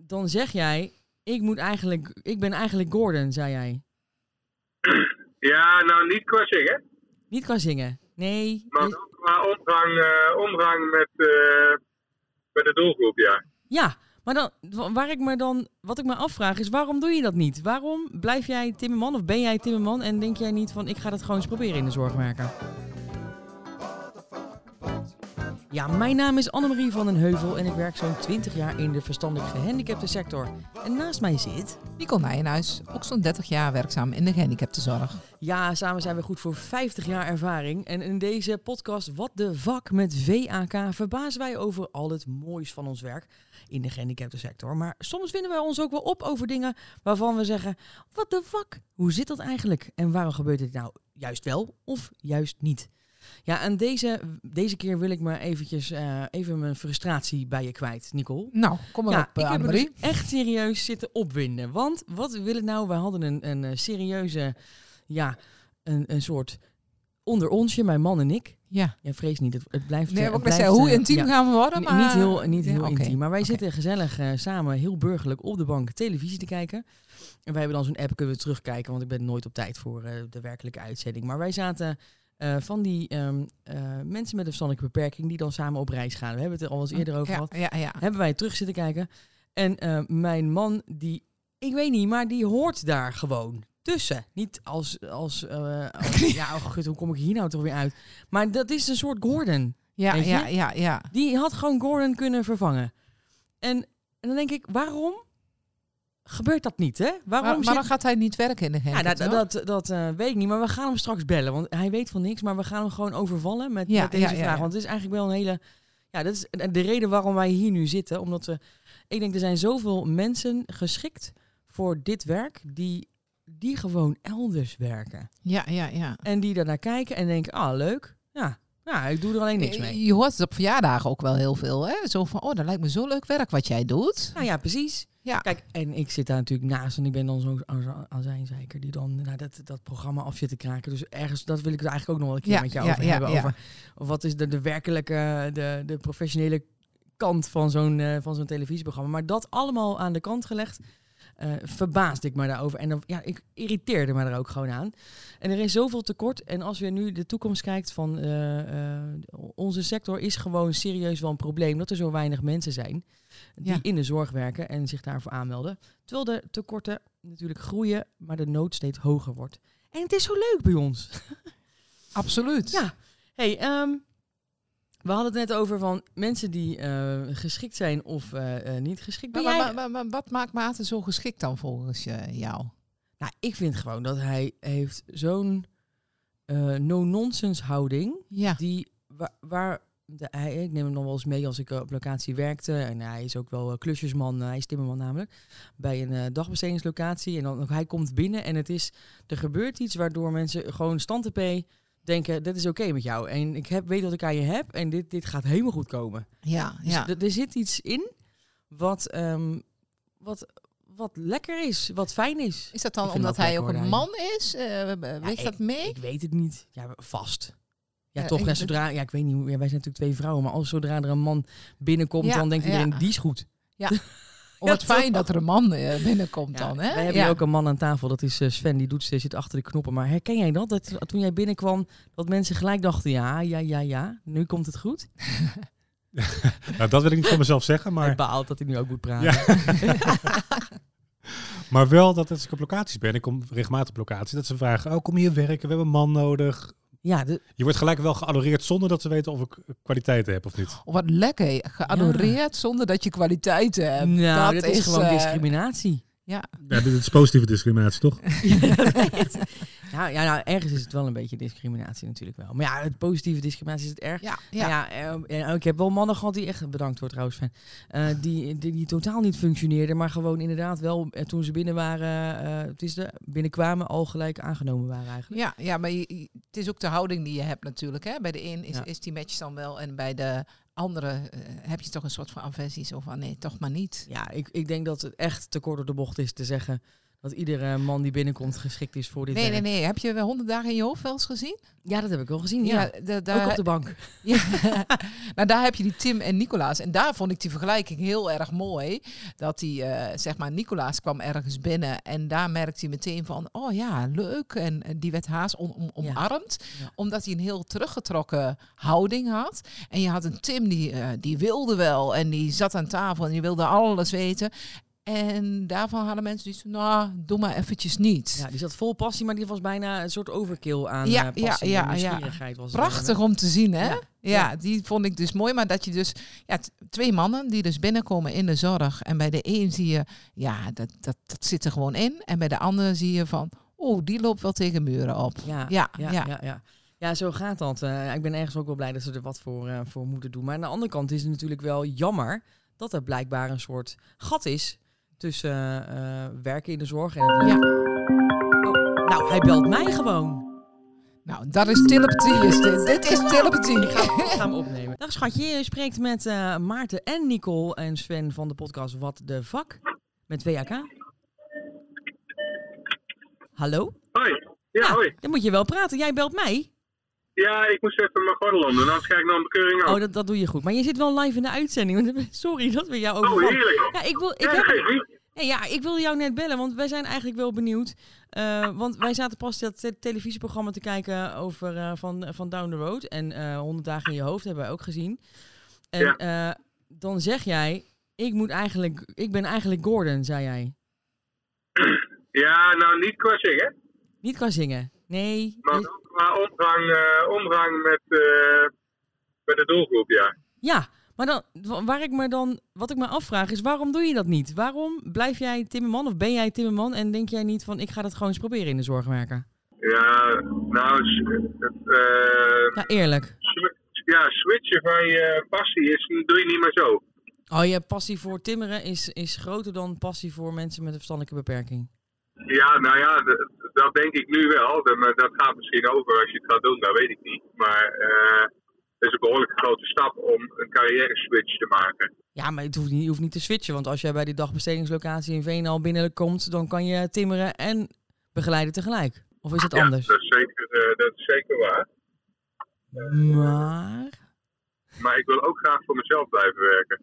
dan zeg jij, ik ben eigenlijk Gordon, zei jij. Ja, nou niet qua zingen. Niet qua zingen. Nee. Maar wel qua omgang met de doelgroep, ja. Ja, maar wat ik me afvraag is, waarom doe je dat niet? Waarom blijf jij timmerman of ben jij timmerman en denk jij niet van, ik ga dat gewoon eens proberen in de zorg werken? Ja, mijn naam is Annemarie van den Heuvel en ik werk zo'n 20 jaar in de verstandelijk gehandicapte sector. En naast mij zit... Nicole Nijenhuis, ook zo'n 30 jaar werkzaam in de gehandicaptenzorg. Ja, samen zijn we goed voor 50 jaar ervaring. En in deze podcast Wat de Vak met VAK verbazen wij over al het moois van ons werk in de gehandicapte sector. Maar soms vinden wij ons ook wel op over dingen waarvan we zeggen, wat de vak? Hoe zit dat eigenlijk? En waarom gebeurt dit nou juist wel of juist niet? Ja, en deze keer wil ik maar eventjes even mijn frustratie bij je kwijt, Nicole. Nou, kom maar op, ik heb me Annemarie. dus echt serieus zitten opwinden. Want wat wil het nou? We hadden een serieuze, een soort onder onsje, mijn man en ik. Ja. Ja, vrees niet, het blijft... Nee, het wat ik blijft, zeggen, hoe intiem gaan we worden? Maar... Niet heel oké. intiem, maar wij zitten gezellig samen, heel burgerlijk, op de bank televisie te kijken. En wij hebben dan zo'n app, kunnen we terugkijken, want ik ben nooit op tijd voor de werkelijke uitzending. Maar wij zaten... van die mensen met een verstandelijke beperking die dan samen op reis gaan. We hebben het er al eens eerder over gehad. Ja. Hebben wij terug zitten kijken. En mijn man, ik weet niet, maar die hoort daar gewoon tussen. Niet als hoe kom ik hier nou toch weer uit? Maar dat is een soort Gordon. Ja. Die had gewoon Gordon kunnen vervangen. En dan denk ik, waarom gebeurt dat niet, hè? Maar dan gaat hij niet werken in de gehandicaptenzorg? Dat weet ik niet, maar we gaan hem straks bellen. Want hij weet van niks, maar we gaan hem gewoon overvallen met deze vraag. Want het is eigenlijk wel een hele... Ja, dat is de reden waarom wij hier nu zitten. Omdat ik denk, er zijn zoveel mensen geschikt voor dit werk die gewoon elders werken. Ja. En die daarnaar kijken en denken, leuk. Ja, ik doe er alleen niks mee. Je hoort het op verjaardagen ook wel heel veel, hè? Zo van, dat lijkt me zo leuk werk wat jij doet. Nou ja, precies. Ja. Kijk, en ik zit daar natuurlijk naast en ik ben dan zo'n azijnzeiker die dan dat programma af zit te kraken. Dus ergens, dat wil ik er eigenlijk ook nog wel een keer met jou over hebben. Over wat is de werkelijke, de professionele kant van zo'n televisieprogramma. Maar dat allemaal aan de kant gelegd, verbaasde ik me daarover. En dan, ik irriteerde me er ook gewoon aan. En er is zoveel tekort. En als we nu de toekomst kijkt van onze sector, is gewoon serieus wel een probleem dat er zo weinig mensen zijn die in de zorg werken en zich daarvoor aanmelden. Terwijl de tekorten natuurlijk groeien, maar de nood steeds hoger wordt. En het is zo leuk bij ons. Absoluut. Ja. Hey, we hadden het net over van mensen die geschikt zijn of niet geschikt. Maar wat maakt Maarten zo geschikt dan volgens jou? Nou, ik vind gewoon dat hij heeft zo'n no-nonsense houding. Ja. Ik neem hem nog wel eens mee als ik op locatie werkte. En hij is ook wel klusjesman, hij is timmerman namelijk. Bij een dagbestedingslocatie. En dan hij komt binnen en er gebeurt iets waardoor mensen gewoon stand-op denken, dit is oké met jou. En ik weet wat ik aan je heb en dit gaat helemaal goed komen. Ja. Dus er zit iets in wat lekker is, wat fijn is. Is dat dan omdat hij ook een man is? Weegt dat mee? Ik weet het niet. Ja, vast. Ja, toch. Ik weet niet. Wij zijn natuurlijk 2 vrouwen, maar zodra er een man binnenkomt, dan denkt iedereen, die is goed. Ja. Wat fijn dat er een man binnenkomt dan, hè? Wij hebben hier ook een man aan tafel, dat is Sven, die zit achter de knoppen. Maar herken jij dat toen jij binnenkwam, dat mensen gelijk dachten, ja, nu komt het goed? Nou, dat wil ik niet van mezelf zeggen, maar... Hij baalt dat ik nu ook moet praten. Ja. Maar wel dat als ik op locaties ben, ik kom regelmatig op locaties, dat ze vragen, kom hier werken, we hebben een man nodig. Ja, je wordt gelijk wel geadoreerd zonder dat ze weten of ik kwaliteiten heb of niet. Wat lekker, geadoreerd zonder dat je kwaliteiten hebt. Nou, dat is gewoon discriminatie. Ja, dit is positieve discriminatie, toch? Nou, ergens is het wel een beetje discriminatie natuurlijk wel. Maar ja, het positieve discriminatie is het erg. Ik heb wel mannen gehad die echt, bedankt voor trouwens, Sven, die totaal niet functioneerden, maar gewoon inderdaad wel, toen ze binnen waren, binnenkwamen, al gelijk aangenomen waren eigenlijk. Ja, maar het is ook de houding die je hebt natuurlijk. Hè? Bij de een is die match dan wel en bij de andere heb je toch een soort van aversie, zo van nee, toch maar niet. Ja, ik denk dat het echt te kort door de bocht is te zeggen dat iedere man die binnenkomt geschikt is voor dit werk. Nee. Heb je 100 dagen in je hoofd wel eens gezien? Ja, dat heb ik wel gezien, ja. Ook op de bank. Ja. Nou, daar heb je die Tim en Nicolaas. En daar vond ik die vergelijking heel erg mooi. Dat die, Nicolaas kwam ergens binnen. En daar merkte hij meteen van, oh ja, leuk. En die werd haast omarmd. Ja. Omdat hij een heel teruggetrokken houding had. En je had een Tim die wilde wel. En die zat aan tafel en die wilde alles weten. En daarvan hadden mensen die zeiden, nou, doe maar eventjes niet. Ja, die zat vol passie, maar die was bijna een soort overkill aan passie en nieuwsgierigheid. Was prachtig om te zien, hè? Ja, die vond ik dus mooi. Maar dat je dus, 2 mannen die dus binnenkomen in de zorg. En bij de een zie je, dat zit er gewoon in. En bij de ander zie je van, die loopt wel tegen muren op. Ja, zo gaat dat. Ik ben ergens ook wel blij dat ze er wat voor moeten doen. Maar aan de andere kant is het natuurlijk wel jammer dat er blijkbaar een soort gat is tussen werken in de zorg en het Nou, hij belt mij gewoon. Nou, dat is telepathie. Dit is telepathie. Ik ga hem opnemen. Dag schatje, je spreekt met Maarten en Nicole en Sven van de podcast Wat de Vak met WAK. Hallo? Hoi. Ja, hoi. Dan moet je wel praten. Jij belt mij? Ja, ik moest even mijn gordel om doen, anders krijg ik nog een bekeuring ook. Oh, dat doe je goed. Maar je zit wel live in de uitzending. Sorry dat we jou overvallen. Oh, heerlijk. Ja, ik wilde jou net bellen, want wij zijn eigenlijk wel benieuwd. Want wij zaten pas dat televisieprogramma te kijken over van Down the Road. En 100 dagen in je hoofd hebben wij ook gezien. En dan zeg jij, ik ben eigenlijk Gordon, zei jij. Ja, nou niet qua zingen. Niet qua zingen, nee. Maar omgang met de doelgroep, ja. Ja, maar dan, wat ik me afvraag is, waarom doe je dat niet? Waarom blijf jij timmerman of ben jij timmerman en denk jij niet van, ik ga dat gewoon eens proberen in de zorg werken? Ja, nou... eerlijk. Switchen van je passie doe je niet meer zo. Oh, je passie voor timmeren is groter dan passie voor mensen met een verstandelijke beperking? Ja, nou ja, dat denk ik nu wel. Dat gaat misschien over als je het gaat doen, dat weet ik niet. Maar het is een behoorlijk grote stap om een carrière switch te maken. Ja, maar je hoeft niet te switchen. Want als jij bij die dagbestedingslocatie in Veenendaal binnenkomt, dan kan je timmeren en begeleiden tegelijk. Of is het anders? Dat is zeker waar. Maar ik wil ook graag voor mezelf blijven werken.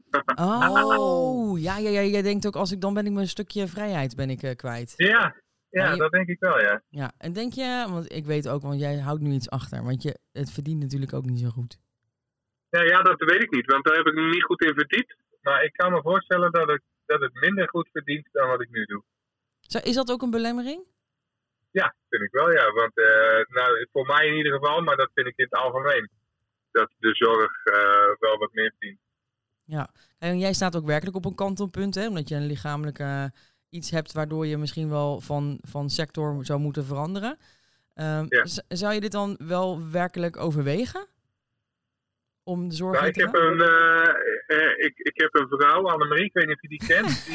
Jij denkt ook, dan ben ik mijn stukje vrijheid kwijt. Ja, dat denk ik wel, ja. Ja, en denk je, want ik weet ook, want jij houdt nu iets achter, want het verdient natuurlijk ook niet zo goed. Ja, dat weet ik niet, want daar heb ik niet goed in verdiend. Maar ik kan me voorstellen dat het minder goed verdient dan wat ik nu doe. Is dat ook een belemmering? Ja, vind ik wel, ja. Want voor mij in ieder geval, maar dat vind ik in het algemeen. Dat de zorg wel wat meer verdient. Ja, en jij staat ook werkelijk op een kantelpunt, hè? Omdat je een lichamelijke iets hebt waardoor je misschien wel van sector zou moeten veranderen. Zou je dit dan wel werkelijk overwegen? Om de zorg te gaan? Ik heb een vrouw, Annemarie, ik weet niet of je die kent.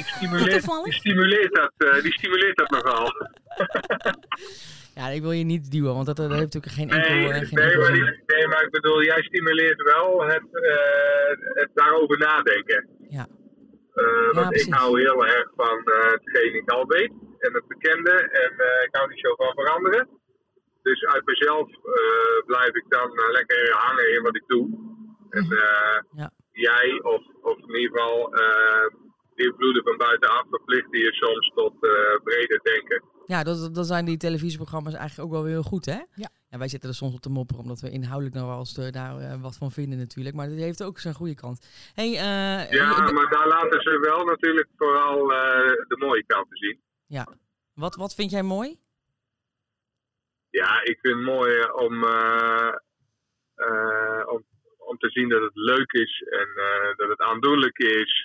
Die stimuleert dat nogal. Ja, ik wil je niet duwen, want dat heeft natuurlijk geen enkel Nee, maar ik bedoel, jij stimuleert wel het daarover nadenken. Ja. Want ik hou heel erg van hetgeen ik al weet en het bekende. En ik hou niet zo van veranderen. Dus uit mezelf blijf ik dan lekker hangen in wat ik doe. En jij, of in ieder geval invloeden van buitenaf, verplichten je soms tot breder denken. Ja, dan zijn die televisieprogramma's eigenlijk ook wel weer heel goed, hè? Ja, wij zitten er soms op te mopperen, omdat we inhoudelijk nog wel eens daar wat van vinden natuurlijk. Maar dat heeft ook zijn goede kant. Maar daar laten ze wel natuurlijk vooral de mooie kanten zien. Ja. Wat vind jij mooi? Ja, ik vind het mooi om te zien dat het leuk is en dat het aandoenlijk is.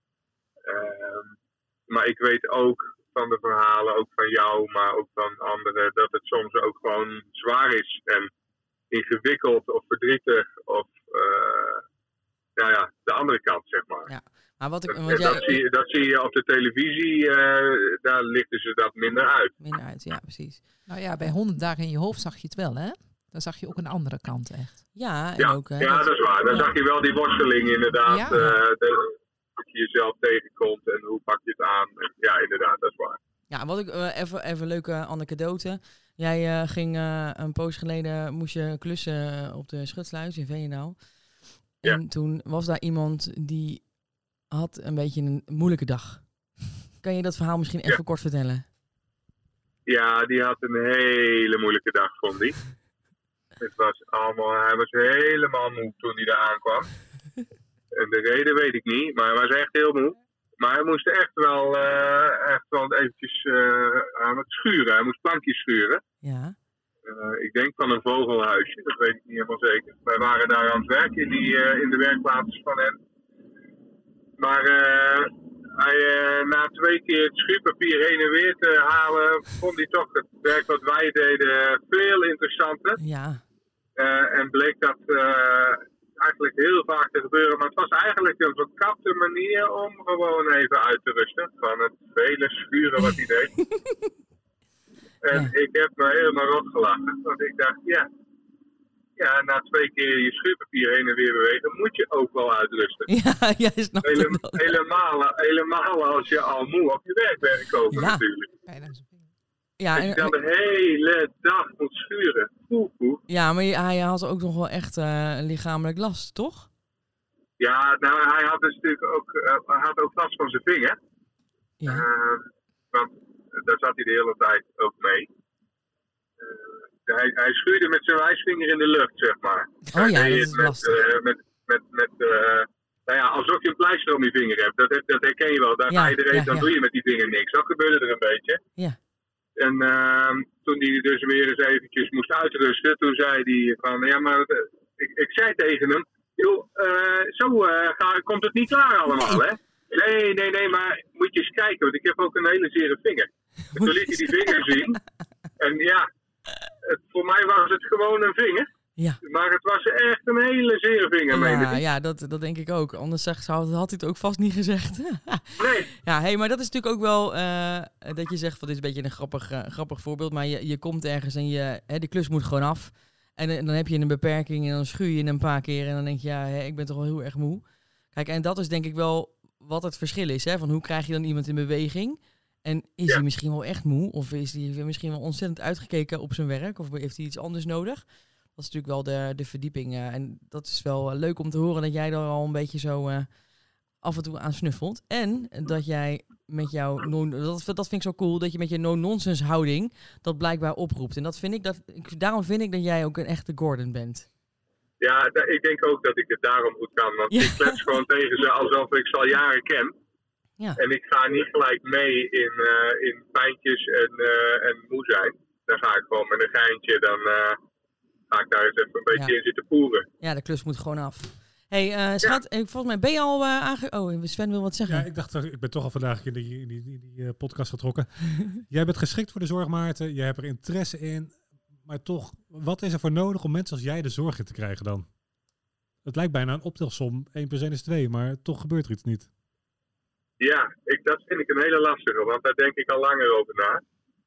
Maar ik weet ook van de verhalen, ook van jou, maar ook van anderen, dat het soms ook gewoon zwaar is en ingewikkeld of verdrietig of de andere kant, zeg maar. Ja. Maar dat zie je op de televisie, daar lichten ze dat minder uit. Minder uit, ja, precies. Nou ja, bij 100 dagen in je hoofd zag je het wel, hè? Dan zag je ook een andere kant echt. Ja, ook, dat is waar. Dan zag je wel die worsteling inderdaad. Ja. Dat je jezelf tegenkomt en hoe pak je het aan. En, ja, inderdaad, dat is waar. Ja, wat ik even een leuke anekdote. Jij ging een poos geleden, moest je klussen op de Schutsluis in Veenendaal. Ja. En toen was daar iemand die had een beetje een moeilijke dag. Kan je dat verhaal misschien even kort vertellen? Ja, die had een hele moeilijke dag, vond hij. Hij was helemaal moe toen hij daar aankwam. En de reden weet ik niet, maar hij was echt heel moe. Maar hij moest echt wel eventjes aan het schuren. Hij moest plankjes schuren. Ja. Ik denk van een vogelhuisje, dat weet ik niet helemaal zeker. Wij waren daar aan het werken in de werkplaats van hem. Maar na 2 keer het schuurpapier heen en weer te halen, vond hij toch het werk wat wij deden veel interessanter. Ja. En bleek dat eigenlijk heel vaak te gebeuren. Maar het was eigenlijk een verkapte manier om gewoon even uit te rusten. Van het vele schuren wat hij deed. En ik heb me helemaal opgelachen. Want ik dacht, ja, na 2 keer je schuurpapier heen en weer bewegen, moet je ook wel uitrusten. Ja, jij snapt helemaal als je al moe op je werk bent komen natuurlijk. Ja, als je dan de hele dag moet schuren. Ja, maar hij had ook nog wel echt lichamelijk last, toch? Ja, nou, hij had dus natuurlijk ook last van zijn vinger. Ja. Want daar zat hij de hele tijd ook mee. Hij schuurde met zijn wijsvinger in de lucht, zeg maar. Oh ja, dat is lastig. Alsof je een pleister om je vinger hebt. Dat herken je wel. Dan doe je met die vinger niks. Dat gebeurde er een beetje. Ja. En toen hij dus weer eens eventjes moest uitrusten, toen zei hij van, ik zei tegen hem, joh, komt het niet klaar allemaal, hè? Nee, maar moet je eens kijken, want ik heb ook een hele zere vinger. En toen liet hij die vinger zien. En ja, voor mij was het gewoon een vinger. Ja. Maar het was echt een hele zere vinger, Ja, dat denk ik ook. Anders had hij het ook vast niet gezegd. Nee. Ja, maar dat is natuurlijk ook wel dat je zegt, van dit is een beetje een grappig voorbeeld. Maar je komt ergens en de klus moet gewoon af. En dan heb je een beperking en dan schuur je een paar keer. En dan denk je, ik ben toch wel heel erg moe. Kijk, en dat is denk ik wel wat het verschil is. Hè? Van hoe krijg je dan iemand in beweging? En is hij misschien wel echt moe? Of is hij misschien wel ontzettend uitgekeken op zijn werk? Of heeft hij iets anders nodig? Dat is natuurlijk wel de verdieping. En dat is wel leuk om te horen dat jij er al een beetje zo af en toe aan snuffelt. En dat jij met jouw dat vind ik zo cool, dat je met je no-nonsense houding dat blijkbaar oproept. En daarom vind ik dat jij ook een echte Gordon bent. Ja, ik denk ook dat ik het daarom goed kan. Want ik klets gewoon tegen ze alsof ik ze al jaren ken. Ja. En ik ga niet gelijk mee in pijntjes en moe zijn. Dan ga ik gewoon met een geintje, dan ga ik daar eens even een beetje in zitten poeren. Ja, de klus moet gewoon af. Hey, schat, volgens mij ben je al Sven wil wat zeggen. Ja, ik dacht, ik ben toch al vandaag in die podcast getrokken. Jij bent geschikt voor de zorg, Maarten. Jij hebt er interesse in. Maar toch, wat is er voor nodig om mensen als jij de zorg in te krijgen dan? Het lijkt bijna een optelsom. 1 + 1 is 2, maar toch gebeurt er iets niet. Ja, dat vind ik een hele lastige, want daar denk ik al langer over na.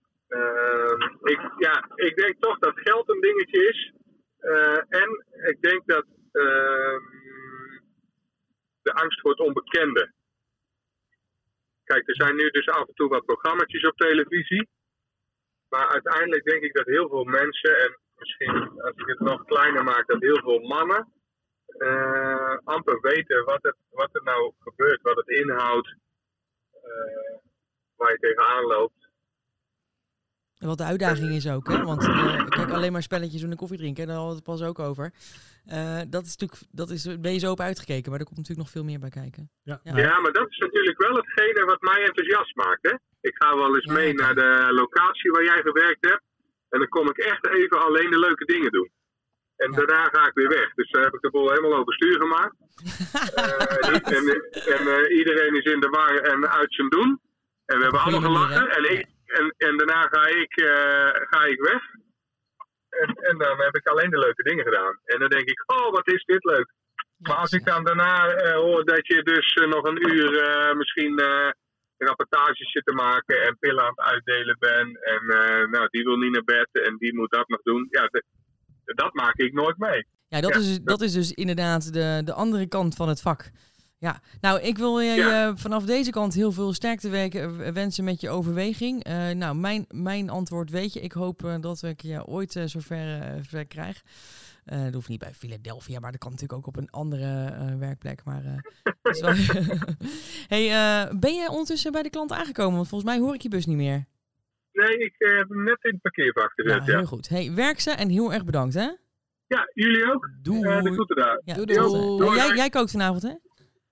Ik denk toch dat geld een dingetje is. En ik denk dat de angst voor het onbekende. Kijk, er zijn nu dus af en toe wat programma's op televisie. Maar uiteindelijk denk ik dat heel veel mensen, en misschien als ik het nog kleiner maak, dat heel veel mannen amper weten wat er nou gebeurt, wat het inhoudt, waar je tegenaan loopt. En wat de uitdaging is ook, hè? Want kijk, alleen maar spelletjes doen en koffie drinken, daar hadden we het pas ook over. Ben je zo op uitgekeken, maar er komt natuurlijk nog veel meer bij kijken. Ja, maar dat is natuurlijk wel hetgene wat mij enthousiast maakt, hè? Ik ga wel eens mee naar de locatie waar jij gewerkt hebt. En dan kom ik echt even alleen de leuke dingen doen. En daarna ga ik weer weg. Dus daar heb ik de boel helemaal overstuur gemaakt. Iedereen is in de war en uit zijn doen. En we hebben allemaal gelachen. En daarna ga ik weg. En dan heb ik alleen de leuke dingen gedaan. En dan denk ik, oh, wat is dit leuk. Maar als ik dan daarna hoor dat je dus nog een uur misschien rapportages zit te maken en pillen aan het uitdelen bent. En die wil niet naar bed en die moet dat nog doen. Ja, dat maak ik nooit mee. Ja, dat is dus inderdaad de andere kant van het vak. Ja, nou, ik wil je vanaf deze kant heel veel sterkte wensen met je overweging. Nou, mijn antwoord weet je. Ik hoop dat ik je ooit zover krijg. Dat hoeft niet bij Philadelphia, maar dat kan natuurlijk ook op een andere werkplek. Maar, ben je ondertussen bij de klant aangekomen? Want volgens mij hoor ik je bus niet meer. Nee, ik heb hem net in het parkeervak gezet. Ja, heel goed. Hey, werk ze en heel erg bedankt, hè? Ja, jullie ook. Doei. De groeten daar. Ja, doei. Jij kookt vanavond, hè?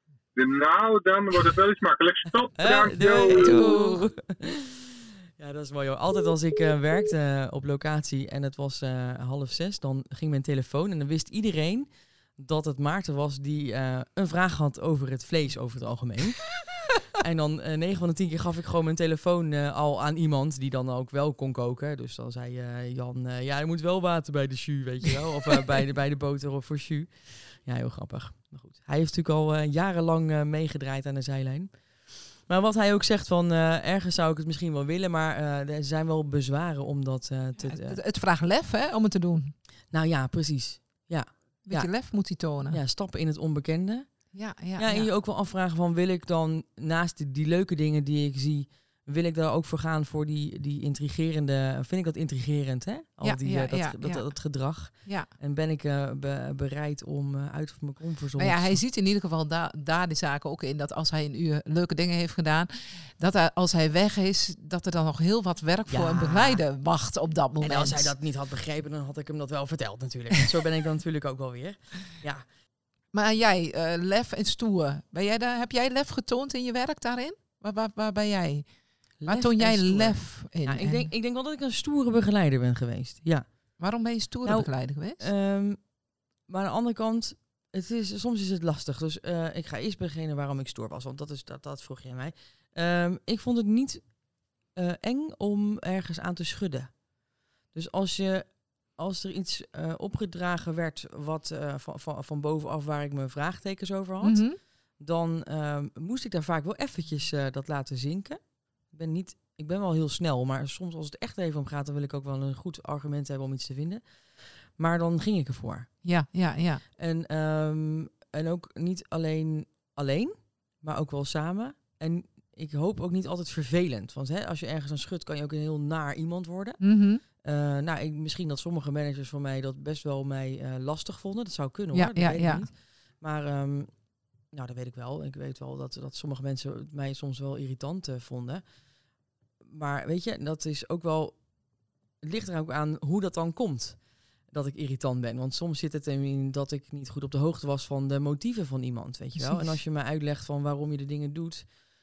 Nou, dan wordt het wel iets makkelijks. Stop, bedankt. Doei. Ja, dat is mooi, joh. Altijd als ik werkte op locatie en het was 5:30, dan ging mijn telefoon en dan wist iedereen dat het Maarten was die een vraag had over het vlees over het algemeen. En dan 9 van de 10 keer gaf ik gewoon mijn telefoon al aan iemand die dan ook wel kon koken. Dus dan zei Jan, ja, je moet wel water bij de jus, weet je wel. Of bij de boter of voor jus. Ja, heel grappig. Maar goed, hij heeft natuurlijk al jarenlang meegedraaid aan de zijlijn. Maar wat hij ook zegt van, ergens zou ik het misschien wel willen, maar er zijn wel bezwaren om dat het vraagt lef, hè, om het te doen. Nou ja, precies. Ja. Beetje lef moet hij tonen. Ja, stappen in het onbekende. Ja, en je ook wel afvragen van, wil ik dan naast die leuke dingen die ik zie, wil ik daar ook voor gaan voor die intrigerende, vind ik dat intrigerend, hè? Dat gedrag. Ja. En ben ik bereid om uit mijn comfortzone. Maar ja, hij ziet in ieder geval daar die zaken ook in, dat als hij een uur leuke dingen heeft gedaan, dat als hij weg is, dat er dan nog heel wat werk voor een begeleider wacht op dat moment. En als hij dat niet had begrepen, dan had ik hem dat wel verteld natuurlijk. Zo ben ik dan natuurlijk ook wel weer. Ja. Maar jij, lef en stoer. Heb jij lef getoond in je werk daarin? Waar ben jij? Waar toon jij lef in? Ja, ik denk wel dat ik een stoere begeleider ben geweest. Ja. Waarom ben je stoere begeleider geweest? Maar aan de andere kant, soms is het lastig. Dus ik ga eerst beginnen waarom ik stoer was. Want dat vroeg je aan mij. Ik vond het niet eng om ergens aan te schudden. Dus als er iets opgedragen werd wat van bovenaf waar ik mijn vraagtekens over had, dan moest ik daar vaak wel eventjes dat laten zinken. Ik ben wel heel snel, maar soms als het echt even om gaat, dan wil ik ook wel een goed argument hebben om iets te vinden. Maar dan ging ik ervoor. Ja. En ook niet alleen, maar ook wel samen. En ik hoop ook niet altijd vervelend. Want als je ergens aan schudt, kan je ook een heel naar iemand worden. Misschien dat sommige managers van mij dat best wel mij lastig vonden. Dat zou kunnen, hoor. Dat weet ik niet. Maar dat weet ik wel. Ik weet wel dat sommige mensen het mij soms wel irritant vonden. Maar weet je, dat is ook wel... Het ligt er ook aan hoe dat dan komt, dat ik irritant ben. Want soms zit het in dat ik niet goed op de hoogte was van de motieven van iemand, weet je wel. Precies. En als je me uitlegt van waarom je de dingen doet,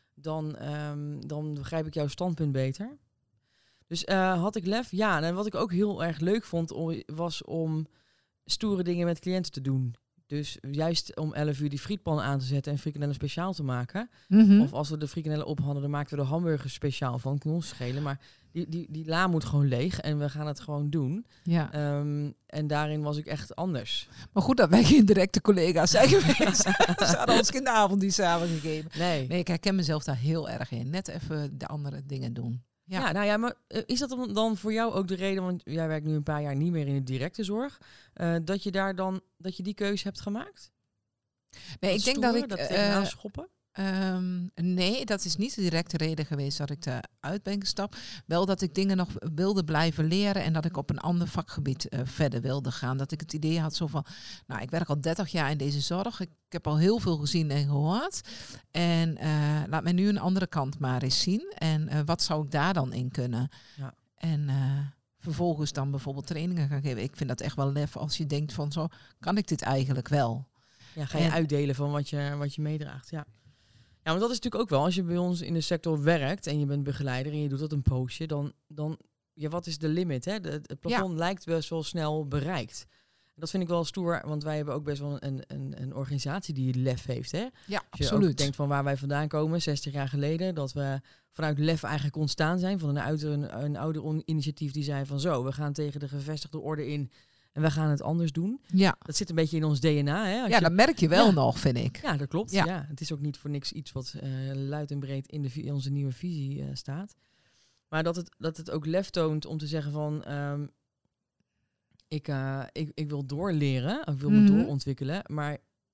dan begrijp ik jouw standpunt beter. Dus had ik lef? Ja. En wat ik ook heel erg leuk vond, was om stoere dingen met cliënten te doen. Dus juist om 11 uur die frietpan aan te zetten en frikandellen speciaal te maken. Of als we de frikandellen op hadden, dan maakten we de hamburgers speciaal van. Kon ons schelen. Maar die la moet gewoon leeg en we gaan het gewoon doen. Ja. En daarin was ik echt anders. Maar goed dat wij geen directe collega's zijn geweest. We hadden ons kinderavond die samen gegeven. Nee, ik herken mezelf daar heel erg in. Net even de andere dingen doen. Ja, maar is dat dan voor jou ook de reden, want jij werkt nu een paar jaar niet meer in de directe zorg, dat je die keuze hebt gemaakt? Nee, ik denk dat ik tegenaan schoppen? Nee, dat is niet de directe reden geweest dat ik eruit ben gestapt. Wel dat ik dingen nog wilde blijven leren en dat ik op een ander vakgebied verder wilde gaan. Dat ik het idee had zo van, nou, ik werk al 30 jaar in deze zorg. Ik heb al heel veel gezien en gehoord. En laat mij nu een andere kant maar eens zien. En wat zou ik daar dan in kunnen? Ja. En vervolgens dan bijvoorbeeld trainingen gaan geven. Ik vind dat echt wel lef als je denkt van, zo kan ik dit eigenlijk wel? Ja, ga je uitdelen van wat je meedraagt, ja. Ja, maar dat is natuurlijk ook wel, als je bij ons in de sector werkt en je bent begeleider en je doet dat een poosje, dan wat is de limit? Hè? Het plafond lijkt best wel snel bereikt. En dat vind ik wel stoer, want wij hebben ook best wel een organisatie die lef heeft. Hè? Ja, als je absoluut. ook denkt van waar wij vandaan komen, 60 jaar geleden, dat we vanuit lef eigenlijk ontstaan zijn, van een ouder initiatief die zei van zo, we gaan tegen de gevestigde orde in. En we gaan het anders doen. Ja. Dat zit een beetje in ons DNA. Hè? Dat merk je wel nog, vind ik. Ja, dat klopt. Ja. Het is ook niet voor niks iets wat luid en breed in onze nieuwe visie staat. Maar dat het ook lef toont om te zeggen van... ik wil doorleren, ik wil me doorontwikkelen. Maar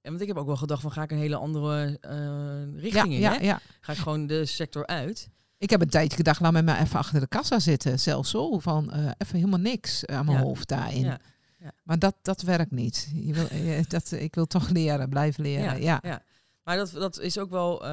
want ik heb ook wel gedacht van ga ik een hele andere richting in. Hè? Ja. Ga ik gewoon de sector uit. Ik heb een tijdje gedacht, laat me maar even achter de kassa zitten. Zelfs zo, van even helemaal niks aan mijn hoofd daarin. Ja. Ja. Maar dat werkt niet. Ik wil toch blijven leren. Ja. Maar dat is ook wel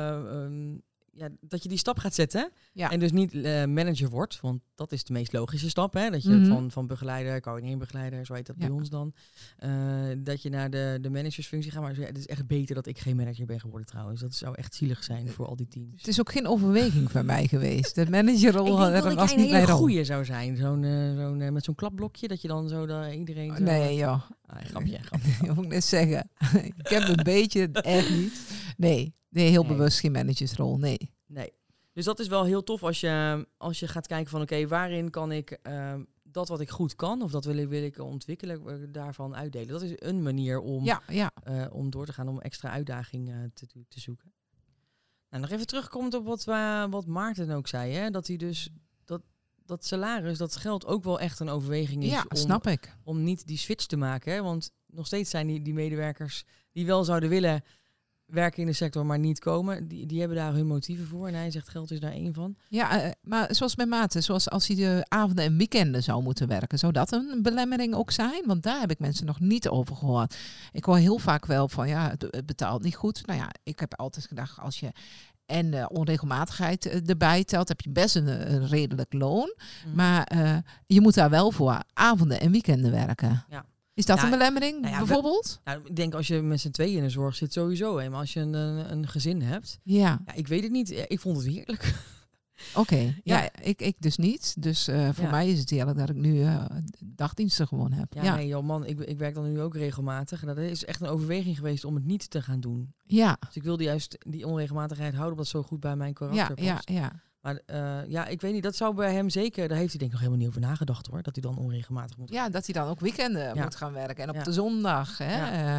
dat je die stap gaat zetten. Ja. En dus niet manager wordt. Want dat is de meest logische stap. Hè? Dat je van begeleider, coördineringsbegeleider, zo heet dat bij ons dan. Dat je naar de managersfunctie gaat. Maar het is echt beter dat ik geen manager ben geworden trouwens. Dat zou echt zielig zijn voor al die teams. Het is ook geen overweging van mij geweest. De managerrol was niet mijn rol. Ik denk dat ik een hele goeie zou zijn. Met zo'n klapblokje dat je dan zo iedereen... Zo... Nee joh. Grapje. Dat moet ik net zeggen. Ik heb een beetje, echt niet. Nee, heel bewust geen managersrol, nee. Dus dat is wel heel tof als je gaat kijken van oké, waarin kan ik dat wat ik goed kan, of dat wil ik ontwikkelen, daarvan uitdelen. Dat is een manier om door te gaan, om extra uitdaging te zoeken. Nou, nog even terugkomt op wat Maarten ook zei, hè? Dat hij dus dat salaris, dat geld ook wel echt een overweging is om niet die switch te maken. Hè? Want nog steeds zijn die medewerkers die wel zouden willen werken in de sector, maar niet komen. Die hebben daar hun motieven voor. En hij zegt geld is daar één van. Ja, maar zoals bij Maarten, zoals als hij de avonden en weekenden zou moeten werken. Zou dat een belemmering ook zijn? Want daar heb ik mensen nog niet over gehoord. Ik hoor heel vaak wel van, het betaalt niet goed. Nou ja, ik heb altijd gedacht, als je en onregelmatigheid erbij telt, heb je best een redelijk loon. Maar je moet daar wel voor avonden en weekenden werken. Ja. Is dat een belemmering, bijvoorbeeld? Ik denk als je met z'n tweeën in de zorg zit sowieso. Maar als je een gezin hebt... Ja, ik weet het niet. Ik vond het heerlijk. Oké. Ik dus niet. Dus voor mij is het heerlijk dat ik nu dagdiensten gewoon heb. Nee joh man, ik werk dan nu ook regelmatig. En dat is echt een overweging geweest om het niet te gaan doen. Ja. Dus ik wilde juist die onregelmatigheid houden, omdat het zo goed bij mijn karakter past. Ja. Maar ik weet niet, dat zou bij hem zeker... Daar heeft hij denk ik nog helemaal niet over nagedacht hoor. Dat hij dan onregelmatig moet. Ja, dat hij dan ook weekenden moet gaan werken. En op de zondag. Hè?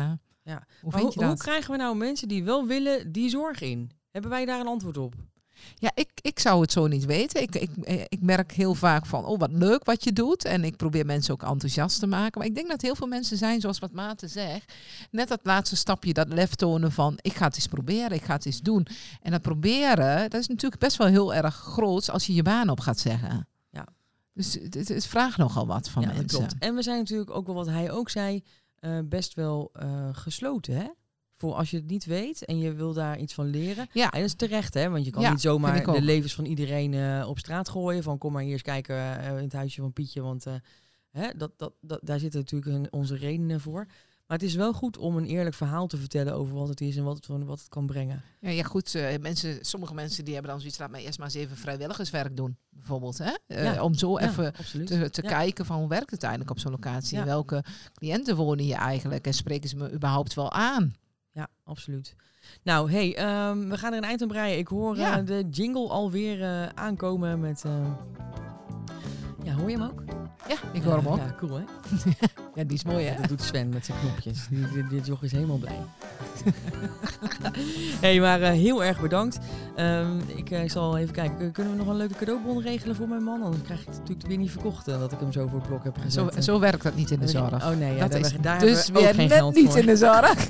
Hoe krijgen we nou mensen die wel willen die zorg in? Hebben wij daar een antwoord op? Ja, ik zou het zo niet weten. Ik merk heel vaak van, wat leuk wat je doet. En ik probeer mensen ook enthousiast te maken. Maar ik denk dat heel veel mensen zijn, zoals wat Maarten zegt, net dat laatste stapje, dat lef tonen van, ik ga het eens proberen, ik ga het eens doen. En dat proberen, dat is natuurlijk best wel heel erg groot als je je baan op gaat zeggen. Ja. Dus het vraagt nogal wat van mensen. Klopt. En we zijn natuurlijk ook wel, wat hij ook zei, best wel gesloten, hè? Voor als je het niet weet en je wil daar iets van leren. Ja. En dat is terecht, hè? Want je kan niet zomaar de levens van iedereen op straat gooien. Van kom maar hier eens kijken in het huisje van Pietje. Want daar zitten natuurlijk onze redenen voor. Maar het is wel goed om een eerlijk verhaal te vertellen over wat het is en wat het kan brengen. Ja, goed. Sommige mensen die hebben dan zoiets, laat mij eerst maar eens even vrijwilligerswerk doen. Bijvoorbeeld, hè? Om zo even te kijken van hoe werkt het eigenlijk op zo'n locatie. Ja. Welke cliënten wonen hier eigenlijk en spreken ze me überhaupt wel aan? Ja, absoluut. Nou, we gaan er een eind aan breien. Ik hoor de jingle alweer aankomen met... hoor je hem ook? Ja, ik hoor hem ook. Ja, cool hè? Ja, die is mooi hè? Dat doet Sven met zijn knopjes. Dit joch is helemaal blij. Maar heel erg bedankt. Ik zal even kijken. Kunnen we nog een leuke cadeaubon regelen voor mijn man? Anders krijg ik het natuurlijk weer niet verkocht dat ik hem zo voor het blok heb gezet. Zo werkt dat niet in de zorg. Oh nee, dat is daar dus hebben we ook geen geld niet voor. In de zorg.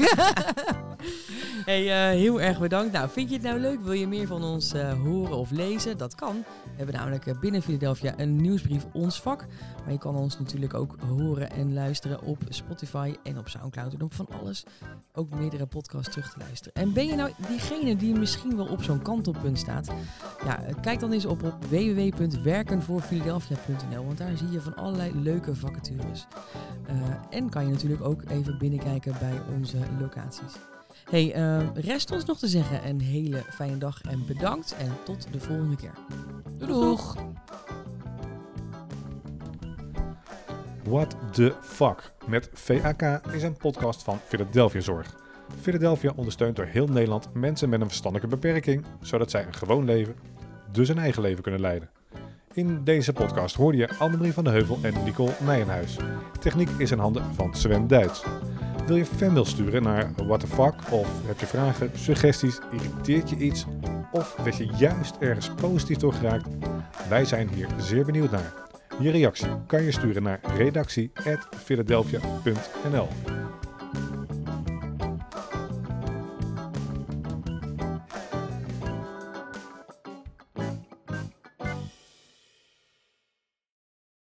Heel erg bedankt. Nou, vind je het nou leuk? Wil je meer van ons horen of lezen? Dat kan. We hebben namelijk binnen Philadelphia een nieuwsbrief Ons Vak. Maar je kan ons natuurlijk ook horen en luisteren op Spotify en op Soundcloud. En op van alles. Ook meerdere podcasts terug te luisteren. En ben je nou diegene die misschien wel op zo'n kantelpunt staat? Ja, kijk dan eens op www.werkenvoorphiladelphia.nl. Want daar zie je van allerlei leuke vacatures. En kan je natuurlijk ook even binnenkijken bij onze locaties. Rest ons nog te zeggen een hele fijne dag en bedankt. En tot de volgende keer. Doeg! What the Fuck met VAK is een podcast van Philadelphia Zorg. Philadelphia ondersteunt door heel Nederland mensen met een verstandelijke beperking, zodat zij een gewoon leven, dus een eigen leven kunnen leiden. In deze podcast hoorde je Annemarie van de Heuvel en Nicole Nijenhuis. Techniek is in handen van Sven Duits. Wil je fanmail sturen naar What the Fuck of heb je vragen, suggesties, irriteert je iets of werd je juist ergens positief door geraakt? Wij zijn hier zeer benieuwd naar. Je reactie kan je sturen naar redactie@philadelphia.nl.